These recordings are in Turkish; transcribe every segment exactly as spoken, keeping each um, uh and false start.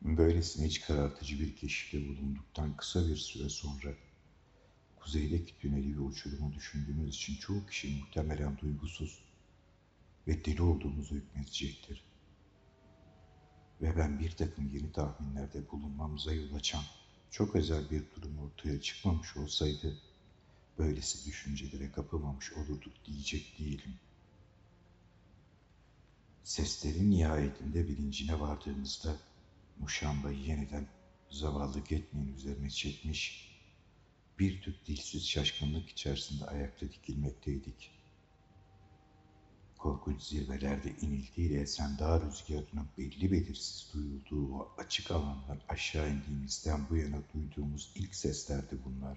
Böylesine iç karartıcı bir keşifte bulunduktan kısa bir süre sonra kuzeydeki tüneli ve uçurumu düşündüğümüz için çoğu kişi muhtemelen duygusuz ve deli olduğumuzu hükmedecektir. Ve ben bir takım yeni tahminlerde bulunmamıza yol açan çok özel bir durum ortaya çıkmamış olsaydı böylesi düşüncelere kapılmamış olurduk diyecek değilim. Seslerin nihayetinde bilincine vardığımızda muşambayı yeniden zavallı Getme'nin üzerine çekmiş, bir tür dilsiz şaşkınlık içerisinde ayakta dikilmekteydik. Korkunç zirvelerde iniltiyle esen dağ rüzgarının belli belirsiz duyulduğu o açık alandan aşağı indiğimizden bu yana duyduğumuz ilk seslerdi bunlar.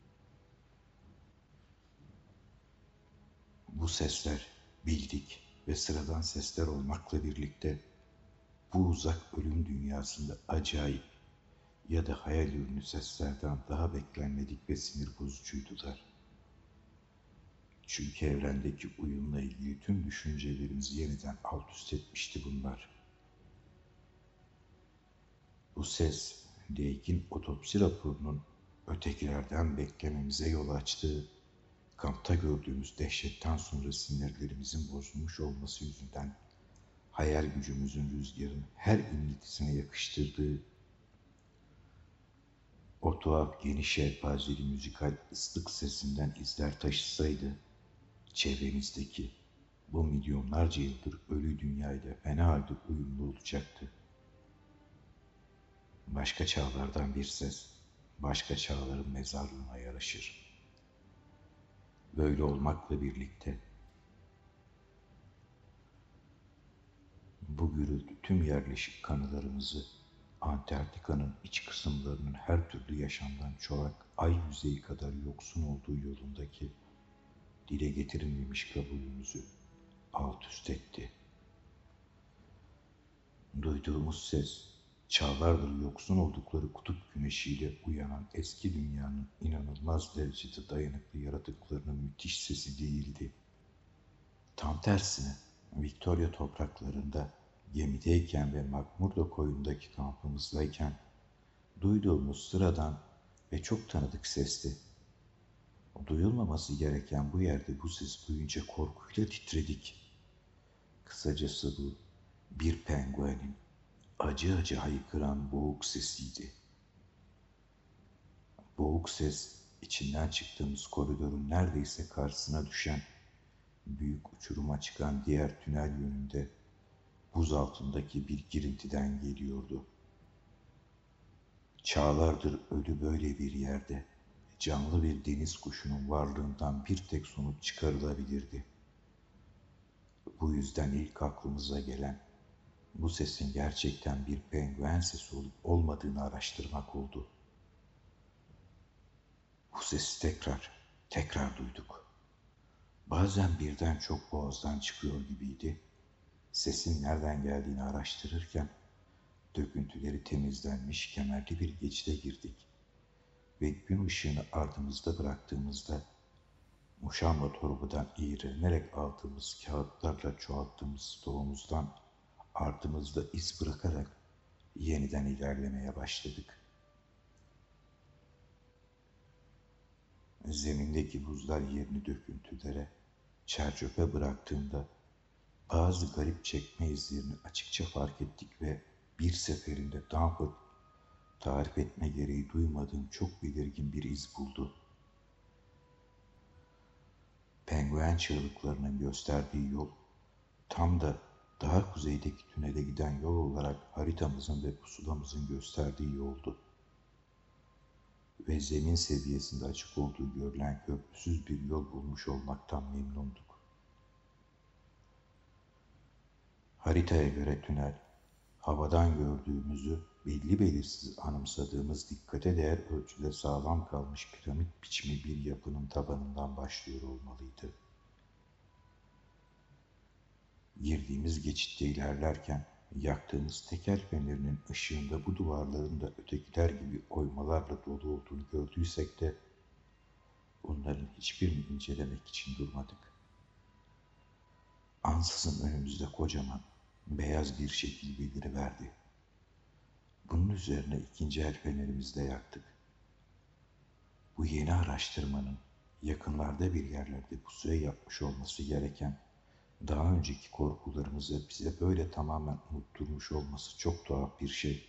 Bu sesler bildik ve sıradan sesler olmakla birlikte bu uzak ölüm dünyasında acayip ya da hayal ürünü seslerden daha beklenmedik ve sinir bozucuydular. Çünkü evrendeki uyumla ilgili tüm düşüncelerimizi yeniden alt üst etmişti bunlar. Bu ses, Drake'in otopsi raporunun ötekilerden beklememize yol açtığı, kampta gördüğümüz dehşetten sonra sinirlerimizin bozulmuş olması yüzünden hayal gücümüzün rüzgarın her iniltisine yakıştırdığı o tuhaf geniş yelpazeli müzikal ıslık sesinden izler taşısaydı, çevremizdeki bu milyonlarca yıldır ölü dünyayla fena halde uyumlu olacaktı. Başka çağlardan bir ses, başka çağların mezarlığına yaraşır. Böyle olmakla birlikte bu gürültü tüm yerleşik kanılarımızı Antarktika'nın iç kısımlarının her türlü yaşamdan çorak ay yüzeyi kadar yoksun olduğu yolundaki dile getirilmemiş kabulümüzü alt üst etti. Duyduğumuz ses, çağlardır yoksun oldukları kutup güneşiyle uyanan eski dünyanın inanılmaz derecede dayanıklı yaratıklarının müthiş sesi değildi. Tam tersine Victoria topraklarında gemideyken ve McMurdo koyundaki kampımızdayken duyduğumuz sıradan ve çok tanıdık sesti. Duyulmaması gereken bu yerde bu ses duyunca korkuyla titredik. Kısacası bu bir penguenin acı acı haykıran boğuk sesiydi. Boğuk ses içinden çıktığımız koridorun neredeyse karşısına düşen, büyük uçuruma çıkan diğer tünel yönünde buz altındaki bir girintiden geliyordu. Çağlardır ölü böyle bir yerde canlı bir deniz kuşunun varlığından bir tek sonuç çıkarılabilirdi. Bu yüzden ilk aklımıza gelen bu sesin gerçekten bir penguen sesi olup olmadığını araştırmak oldu. Bu sesi tekrar, tekrar duyduk. Bazen birden çok boğazdan çıkıyor gibiydi. Sesin nereden geldiğini araştırırken döküntüleri temizlenmiş kemerli bir geçide girdik. Ve gün ışığını ardımızda bıraktığımızda muşamba torbadan iğrenerek aldığımız kağıtlarla çoğalttığımız stoğumuzdan ardımızda iz bırakarak yeniden ilerlemeye başladık. Zemindeki buzlar yerini döküntülere, çerçöpe bıraktığında bazı garip çekme izlerini açıkça fark ettik ve bir seferinde Danford tarif etme gereği duymadığım çok belirgin bir iz buldu. Penguen çığlıklarının gösterdiği yol tam da daha kuzeydeki tünele giden yol olarak haritamızın ve pusulamızın gösterdiği yoldu. Ve zemin seviyesinde açık olduğu görülen köprüsüz bir yol bulmuş olmaktan memnunduk. Haritaya göre tünel, havadan gördüğümüzü belli belirsiz anımsadığımız dikkate değer ölçüde sağlam kalmış piramit biçimi bir yapının tabanından başlıyor olmalıydı. Girdiğimiz geçitte ilerlerken yaktığımız tekel fenerinin ışığında bu duvarların da ötekiler gibi oymalarla dolu olduğunu gördüysek de bunların hiçbirini incelemek için durmadık. Ansızın önümüzde kocaman, beyaz bir şekil beliriverdi. Bunun üzerine ikinci el fenerimizi de yaktık. Bu yeni araştırmanın yakınlarda bir yerlerde pusuya yapmış olması gereken, daha önceki korkularımızı bize böyle tamamen unutturmuş olması çok tuhaf bir şey.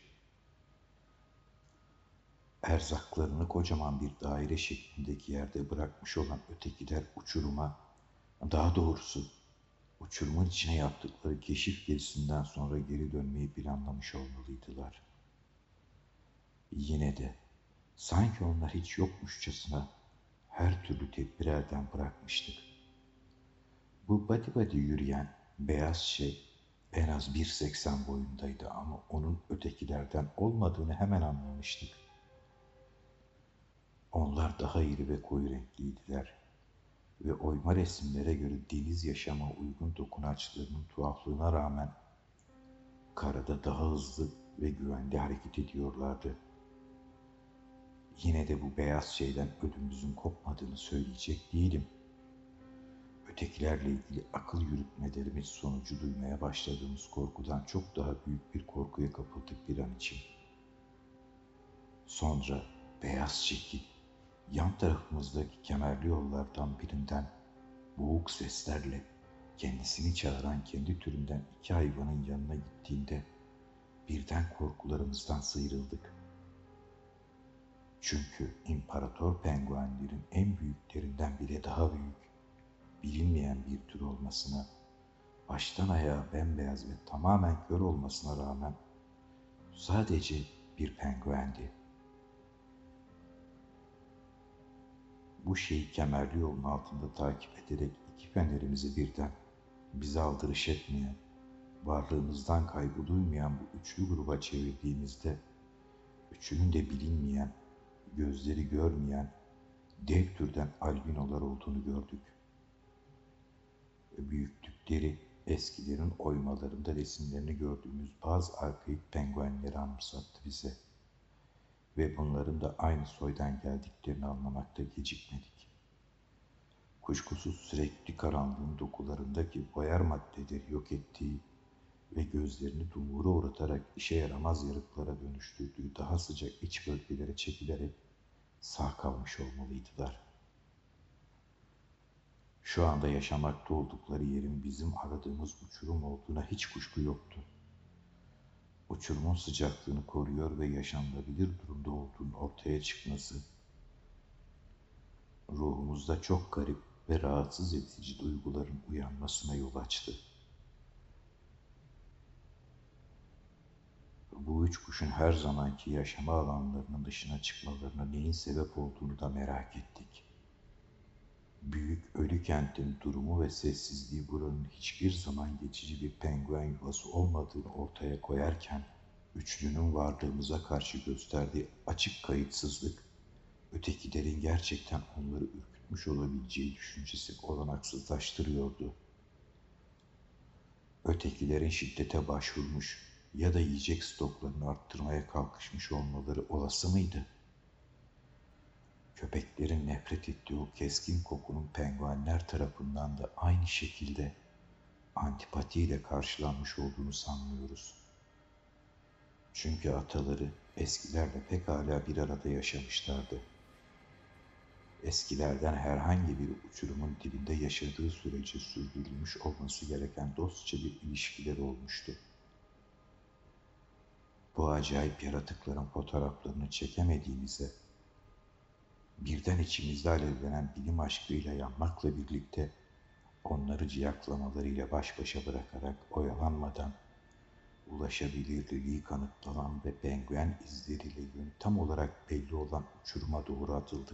Erzaklarını kocaman bir daire şeklindeki yerde bırakmış olan ötekiler uçuruma, daha doğrusu uçurumun içine yaptıkları keşif gezisinden sonra geri dönmeyi planlamış olmalıydılar. Yine de sanki onlar hiç yokmuşçasına her türlü tedbir elden bırakmıştık. Bu badi badi yürüyen beyaz şey en az bir seksen boyundaydı ama onun ötekilerden olmadığını hemen anlamıştık. Onlar daha iri ve koyu renkliydiler ve oyma resimlere göre deniz yaşama uygun dokunaçlarının tuhaflığına rağmen karada daha hızlı ve güvenli hareket ediyorlardı. Yine de bu beyaz şeyden ödümüzün kopmadığını söyleyecek değilim. Ötekilerle ilgili akıl yürütmelerimiz sonucu duymaya başladığımız korkudan çok daha büyük bir korkuya kapıldık bir an için. Sonra beyaz çekil, yan tarafımızdaki kemerli yollardan birinden boğuk seslerle kendisini çağıran kendi türünden iki hayvanın yanına gittiğinde birden korkularımızdan sıyrıldık. Çünkü imparator penguenlerin en büyüklerinden bile daha büyük, bilinmeyen bir tür olmasına, baştan ayağa bembeyaz ve tamamen kör olmasına rağmen sadece bir penguendi. Bu şeyi kemerli yolun altında takip ederek iki fenerimizi birden bize aldırış etmeyen, varlığımızdan kaygı duymayan bu üçlü gruba çevirdiğimizde üçünün de bilinmeyen, gözleri görmeyen dev türden albinolar olduğunu gördük. Ve büyüklükleri eskilerin oymalarında resimlerini gördüğümüz bazı arkaik penguenleri anımsattı bize. Ve bunların da aynı soydan geldiklerini anlamakta gecikmedik. Kuşkusuz sürekli karanlığın dokularındaki boyar maddeleri yok ettiği ve gözlerini dumura uğratarak işe yaramaz yarıklara dönüştürdüğü daha sıcak iç bölgelere çekilerek sağ kalmış olmalıydılar. Şu anda yaşamakta oldukları yerin bizim aradığımız uçurum olduğuna hiç kuşku yoktu. Uçurumun sıcaklığını koruyor ve yaşanılabilir durumda olduğunun ortaya çıkması, ruhumuzda çok garip ve rahatsız edici duyguların uyanmasına yol açtı. Bu üç kuşun her zamanki yaşama alanlarının dışına çıkmalarına neyin sebep olduğunu da merak ettik. Büyük ölü kentin durumu ve sessizliği buranın hiçbir zaman geçici bir penguen yuvası olmadığını ortaya koyarken, üçlünün varlığımıza karşı gösterdiği açık kayıtsızlık, ötekilerin gerçekten onları ürkütmüş olabileceği düşüncesi olanaksızlaştırıyordu. Ötekilerin şiddete başvurmuş ya da yiyecek stoklarını arttırmaya kalkışmış olmaları olası mıydı? Köpeklerin nefret ettiği o keskin kokunun penguenler tarafından da aynı şekilde antipatiyle karşılanmış olduğunu sanmıyoruz. Çünkü ataları eskilerle pekala bir arada yaşamışlardı. Eskilerden herhangi bir uçurumun dibinde yaşadığı sürece sürdürülmüş olması gereken dostça bir ilişkileri olmuştu. Bu acayip yaratıkların fotoğraflarını çekemediğimize, birden içimizde alevlenen bilim aşkıyla yanmakla birlikte onları ciyaklamalarıyla baş başa bırakarak oyalanmadan ulaşabilirliği kanıtlanan ve penguen izleriyle yönü tam olarak belli olan uçuruma doğru atıldık.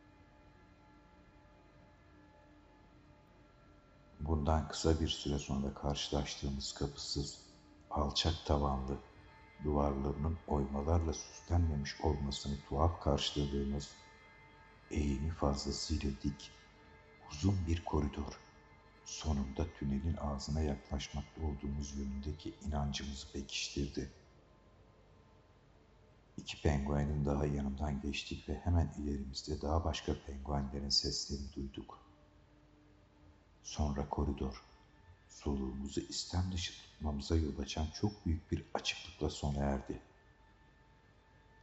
Bundan kısa bir süre sonra karşılaştığımız kapısız, alçak tavanlı, duvarlarının oymalarla süslenmemiş olmasını tuhaf karşıladığımız, eğimi fazlasıyla dik, uzun bir koridor, sonunda tünelin ağzına yaklaşmakta olduğumuz yönündeki inancımızı pekiştirdi. İki penguenin daha yanımdan geçtik ve hemen ilerimizde daha başka penguenlerin seslerini duyduk. Sonra koridor, soluğumuzu istem dışı tutmamıza yol açan çok büyük bir açıklıkla sona erdi.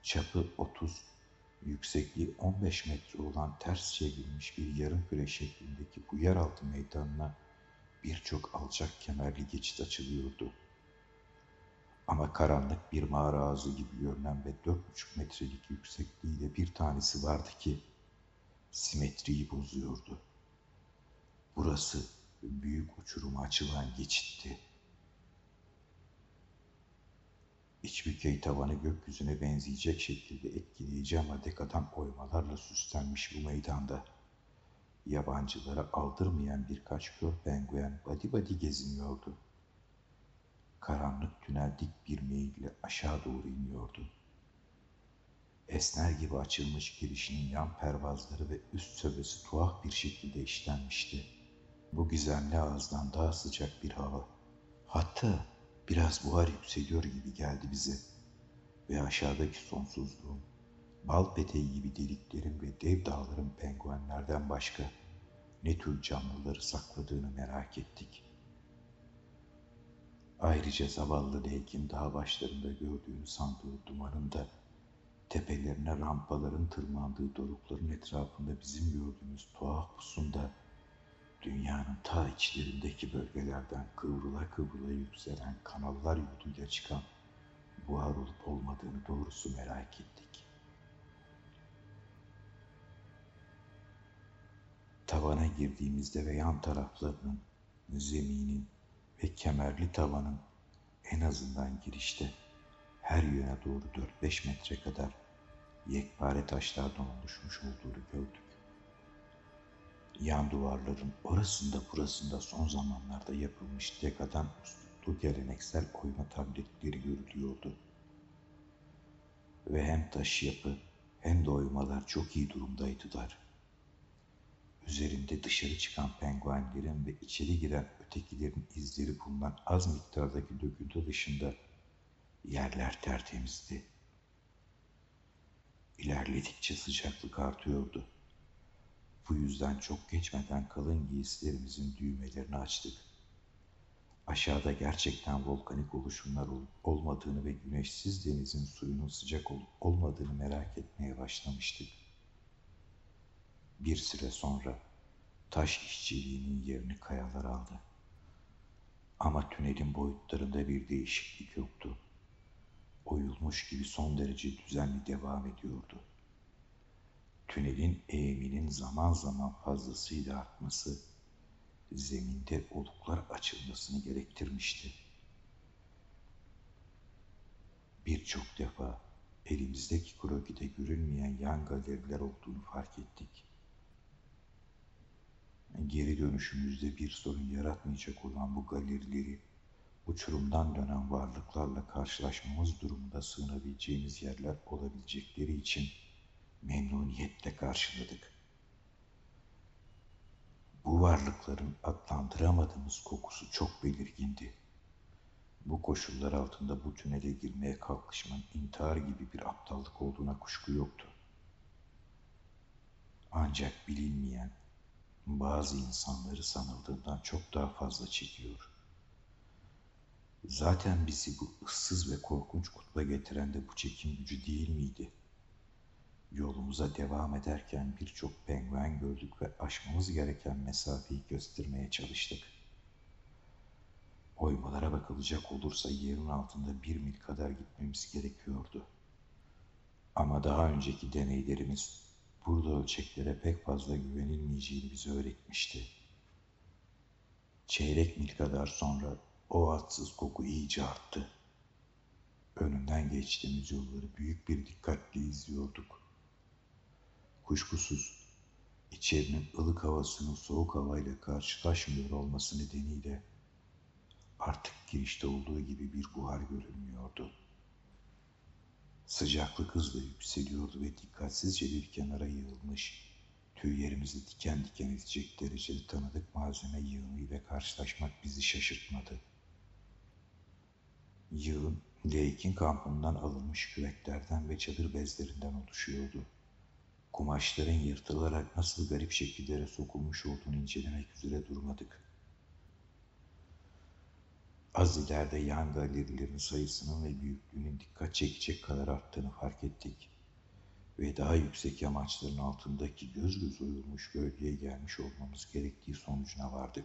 Çapı otuz, yüksekliği on beş metre olan ters çevrilmiş bir yarım küre şeklindeki bu yeraltı meydanına birçok alçak kemerli geçit açılıyordu. Ama karanlık bir mağara ağzı gibi görünen ve dört buçuk metrelik yüksekliğiyle bir tanesi vardı ki simetriyi bozuyordu. Burası büyük uçuruma açılan geçitti. İç bükey tavanı gökyüzüne benzeyecek şekilde etkileyici ama dekadan oymalarla süslenmiş bu meydanda yabancılara aldırmayan birkaç kör penguen badi badi geziniyordu. Karanlık tünel dik bir meyille aşağı doğru iniyordu. Esner gibi açılmış girişinin yan pervazları ve üst söbesi tuhaf bir şekilde işlenmişti. Bu gizemli ağızdan daha sıcak bir hava, hatta biraz buhar yükseliyor gibi geldi bize ve aşağıdaki sonsuzluğun, bal peteği gibi deliklerin ve dev dağların penguenlerden başka ne tür canlıları sakladığını merak ettik. Ayrıca zavallı Lake'in dağ başlarında gördüğünü sandığı dumanın da tepelerine rampaların tırmandığı dorukların etrafında bizim gördüğümüz tuhaf pusunda dünyanın ta içlerindeki bölgelerden kıvrıla kıvrıla yükselen kanallar yoluyla çıkan buhar olup olmadığını doğrusu merak ettik. Tavana girdiğimizde ve yan taraflarının, zeminin ve kemerli tavanın en azından girişte her yöne doğru dört beş metre kadar yekpare taşlardan oluşmuş olduğunu gördük. Yan duvarların orasında burasında son zamanlarda yapılmış dekadan üsluplu geleneksel oyma tabletleri görülüyordu. Ve hem taş yapı hem de oymalar çok iyi durumdaydılar. Üzerinde dışarı çıkan penguenlerin ve içeri giren ötekilerin izleri bulunan az miktardaki döküntü dışında yerler tertemizdi. İlerledikçe sıcaklık artıyordu. Bu yüzden çok geçmeden kalın giysilerimizin düğmelerini açtık. Aşağıda gerçekten volkanik oluşumlar olup olmadığını ve güneşsiz denizin suyunun sıcak olup olmadığını merak etmeye başlamıştık. Bir süre sonra taş işçiliğinin yerini kayalar aldı. Ama tünelin boyutlarında bir değişiklik yoktu. Oyulmuş gibi son derece düzenli devam ediyordu. Tünelin eğiminin zaman zaman fazlasıyla artması, zeminde oluklar açılmasını gerektirmişti. Birçok defa elimizdeki krokide görünmeyen yan galeriler olduğunu fark ettik. Geri dönüşümüzde bir sorun yaratmayacak olan bu galerileri uçurumdan dönen varlıklarla karşılaşmamız durumunda sığınabileceğimiz yerler olabilecekleri için memnuniyetle karşıladık. Bu varlıkların adlandıramadığımız kokusu çok belirgindi. Bu koşullar altında bu tünele girmeye kalkışmanın intihar gibi bir aptallık olduğuna kuşku yoktu. Ancak bilinmeyen, bazı insanları sanıldığından çok daha fazla çekiyor. Zaten bizi bu ıssız ve korkunç kutba getiren de bu çekim gücü değil miydi? Yolumuza devam ederken birçok penguen gördük ve aşmamız gereken mesafeyi göstermeye çalıştık. Oymalara bakılacak olursa yerin altında bir mil kadar gitmemiz gerekiyordu. Ama daha önceki deneylerimiz burada ölçeklere pek fazla güvenilmeyeceğini bize öğretmişti. Çeyrek mil kadar sonra o adsız koku iyice arttı. Önünden geçtiğimiz yolları büyük bir dikkatle izliyorduk. Kuşkusuz içerinin ılık havasının soğuk havayla karşılaşmıyor olması nedeniyle artık girişte olduğu gibi bir buhar görünmüyordu. Sıcaklık hızla yükseliyordu ve dikkatsizce bir kenara yığılmış, tüylerimizi diken diken edecek derecede tanıdık malzeme yığınıyla karşılaşmak bizi şaşırtmadı. Yığın, Lake'in kampından alınmış küreklerden ve çadır bezlerinden oluşuyordu. Kumaşların yırtılarak nasıl garip şekillere sokulmuş olduğunu incelemek üzere durmadık. Az ileride yan galerilerin sayısının ve büyüklüğünün dikkat çekecek kadar arttığını fark ettik. Ve daha yüksek yamaçların altındaki göz göz oyulmuş bölgeye gelmiş olmamız gerektiği sonucuna vardık.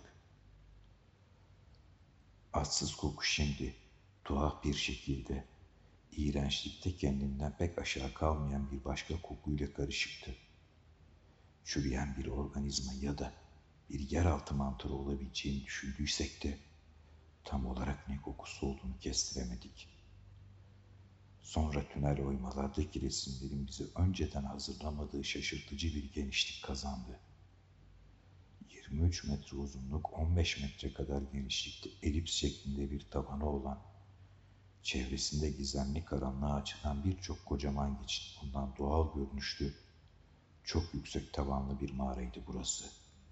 Adsız koku şimdi tuhaf bir şekilde iğrençlikte kendinden pek aşağı kalmayan bir başka kokuyla karışıktı. Çürüyen bir organizma ya da bir yeraltı mantarı olabileceğini düşündüysek de tam olarak ne kokusu olduğunu kestiremedik. Sonra tünel oymalardaki resimlerin bizi önceden hazırlamadığı şaşırtıcı bir genişlik kazandı. yirmi üç metre uzunluk, on beş metre kadar genişlikte elips şeklinde bir tabanı olan, çevresinde gizemli karanlığa açılan birçok kocaman geçit bundan doğal görünüşlü, çok yüksek tavanlı bir mağaraydı burası.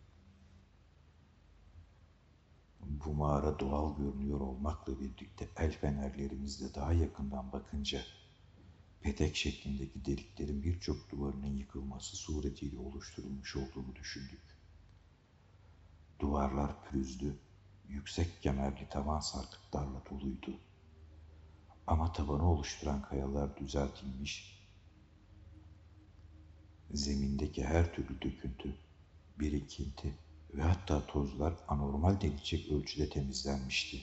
Bu mağara doğal görünüyor olmakla birlikte el fenerlerimizle daha yakından bakınca petek şeklindeki deliklerin birçok duvarının yıkılması suretiyle oluşturulmuş olduğunu düşündük. Duvarlar pürüzlü, yüksek kemerli tavan sarkıtlarla doluydu. Ama tavanı oluşturan kayalar düzeltilmiş, zemindeki her türlü döküntü, birikinti ve hatta tozlar anormal denilecek ölçüde temizlenmişti.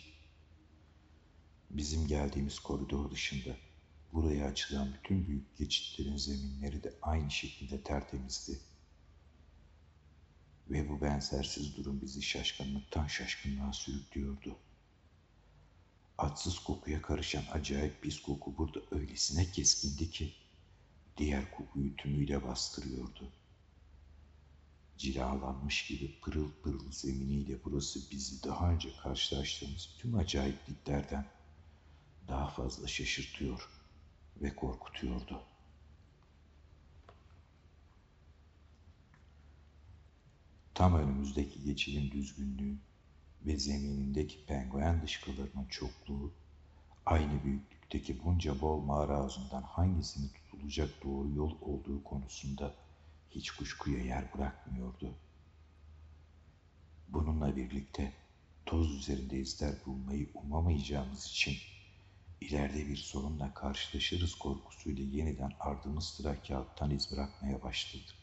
Bizim geldiğimiz koridor dışında buraya açılan bütün büyük geçitlerin zeminleri de aynı şekilde tertemizdi. Ve bu benzersiz durum bizi şaşkınlıktan şaşkınlığa sürüklüyordu. Adsız kokuya karışan acayip pis koku burada öylesine keskindi ki diğer kokuyu tümüyle bastırıyordu. Cilalanmış gibi pırıl pırıl zeminiyle burası bizi daha önce karşılaştığımız tüm acayipliklerden daha fazla şaşırtıyor ve korkutuyordu. Tam önümüzdeki geçidin düzgünlüğü ve zeminindeki penguen dışkılarının çokluğu, aynı büyüklükteki bunca bol mağara ağzından hangisini tutulacak doğru yol olduğu konusunda hiç kuşkuya yer bırakmıyordu. Bununla birlikte toz üzerinde izler bulmayı umamayacağımız için ileride bir sorunla karşılaşırız korkusuyla yeniden ardımız sıra kağıttan iz bırakmaya başladık.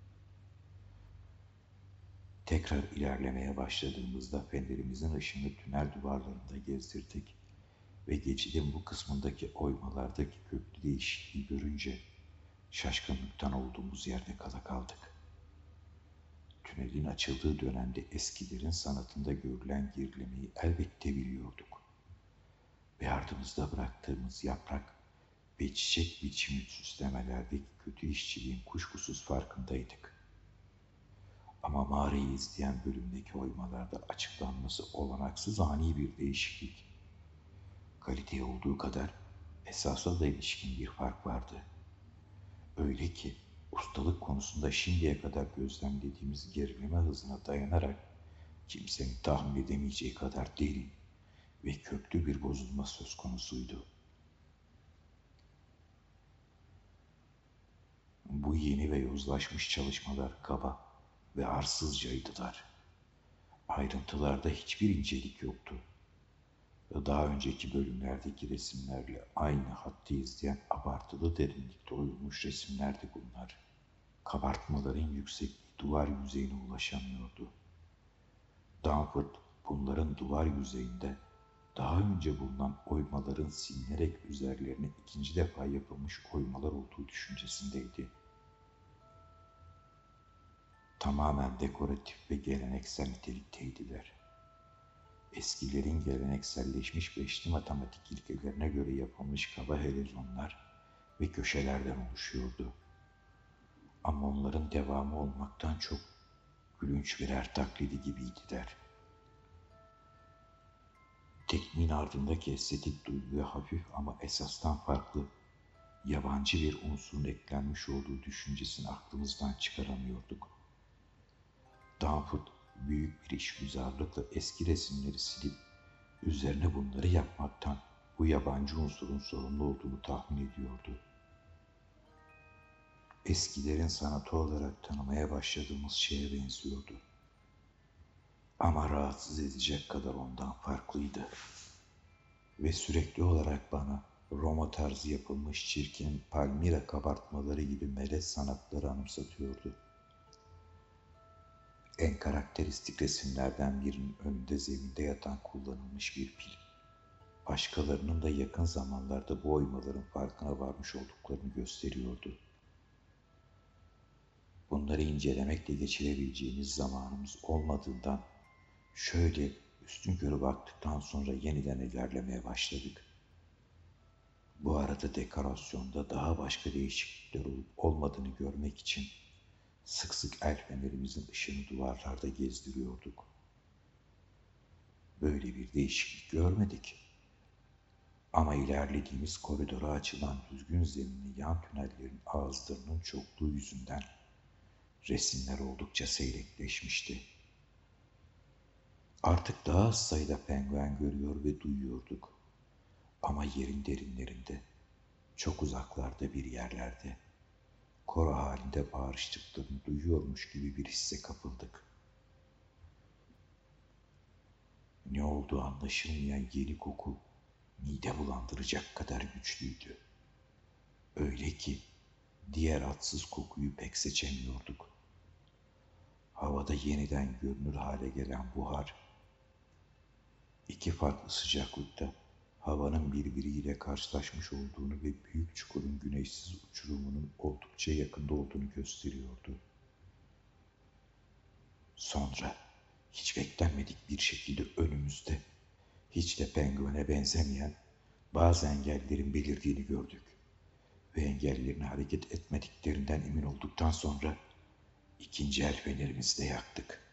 Tekrar ilerlemeye başladığımızda fenerimizin ışığını tünel duvarlarında gezdirdik ve geçidin bu kısmındaki oymalardaki köklü değişikliği görünce şaşkınlıktan olduğumuz yerde kala kaldık. Tünelin açıldığı dönemde eskilerin sanatında görülen gerilemeyi elbette biliyorduk. Ve ardımızda bıraktığımız yaprak ve çiçek biçimi süslemelerdeki kötü işçiliğin kuşkusuz farkındaydık. Ama mağarayı izleyen bölümdeki oymalarda açıklanması olanaksız ani bir değişiklik. Kaliteye olduğu kadar esasa da ilişkin bir fark vardı. Öyle ki ustalık konusunda şimdiye kadar gözlemlediğimiz gerileme hızına dayanarak kimsenin tahmin edemeyeceği kadar derin ve köklü bir bozulma söz konusuydu. Bu yeni ve yozlaşmış çalışmalar kaba ve arsızcaydılar. Ayrıntılarda hiçbir incelik yoktu. Daha önceki bölümlerdeki resimlerle aynı hattı izleyen abartılı derinlikte oyulmuş resimlerdi bunlar. Kabartmaların yüksekliği duvar yüzeyine ulaşamıyordu. Danford bunların duvar yüzeyinde daha önce bulunan oymaların silinerek üzerlerine ikinci defa yapılmış oymalar olduğu düşüncesindeydi. Tamamen dekoratif ve geleneksel nitelikteydiler. Eskilerin gelenekselleşmiş beşli matematik ilkelerine göre yapılmış kaba helezonlar ve köşelerden oluşuyordu. Ama onların devamı olmaktan çok gülünç birer taklidi gibiydiler. Tekniğin ardındaki estetik duyguya hafif ama esastan farklı, yabancı bir unsurun eklenmiş olduğu düşüncesini aklımızdan çıkaramıyorduk. Danford büyük bir işgüzarlıkla eski resimleri silip üzerine bunları yapmaktan bu yabancı unsurun sorumlu olduğunu tahmin ediyordu. Eskilerin sanatı olarak tanımaya başladığımız şeye benziyordu. Ama rahatsız edecek kadar ondan farklıydı. ve sürekli olarak bana Roma tarzı yapılmış çirkin Palmira kabartmaları gibi melez sanatları anımsatıyordu. En karakteristik resimlerden birinin önünde zeminde yatan kullanılmış bir pil. Başkalarının da yakın zamanlarda bu oymaların farkına varmış olduklarını gösteriyordu. Bunları incelemekle geçirebileceğimiz zamanımız olmadığından şöyle üstünkörü baktıktan sonra yeniden ilerlemeye başladık. Bu arada dekorasyonda daha başka değişiklikler olup olmadığını görmek için sık sık el fenerimizin ışığını duvarlarda gezdiriyorduk. Böyle bir değişiklik görmedik. Ama ilerlediğimiz koridora açılan düzgün zeminli yan tünellerin ağızlarının çokluğu yüzünden resimler oldukça seyrekleşmişti. Artık daha az sayıda penguen görüyor ve duyuyorduk. Ama yerin derinlerinde, çok uzaklarda bir yerlerde, koro halinde bağırıştıklarını duyuyormuş gibi bir hisse kapıldık. Ne olduğu anlaşılmayan yeni koku, mide bulandıracak kadar güçlüydü. Öyle ki diğer atsız kokuyu pek seçemiyorduk. Havada yeniden görünür hale gelen buhar, iki farklı sıcaklıkta havanın birbiriyle karşılaşmış olduğunu ve büyük çukurun güneşsiz uçurumunun oldukça yakında olduğunu gösteriyordu. Sonra hiç beklenmedik bir şekilde önümüzde, hiç de penguene benzemeyen bazı engellerin belirdiğini gördük. Ve engellerin hareket etmediklerinden emin olduktan sonra ikinci el fenerimizi de yaktık.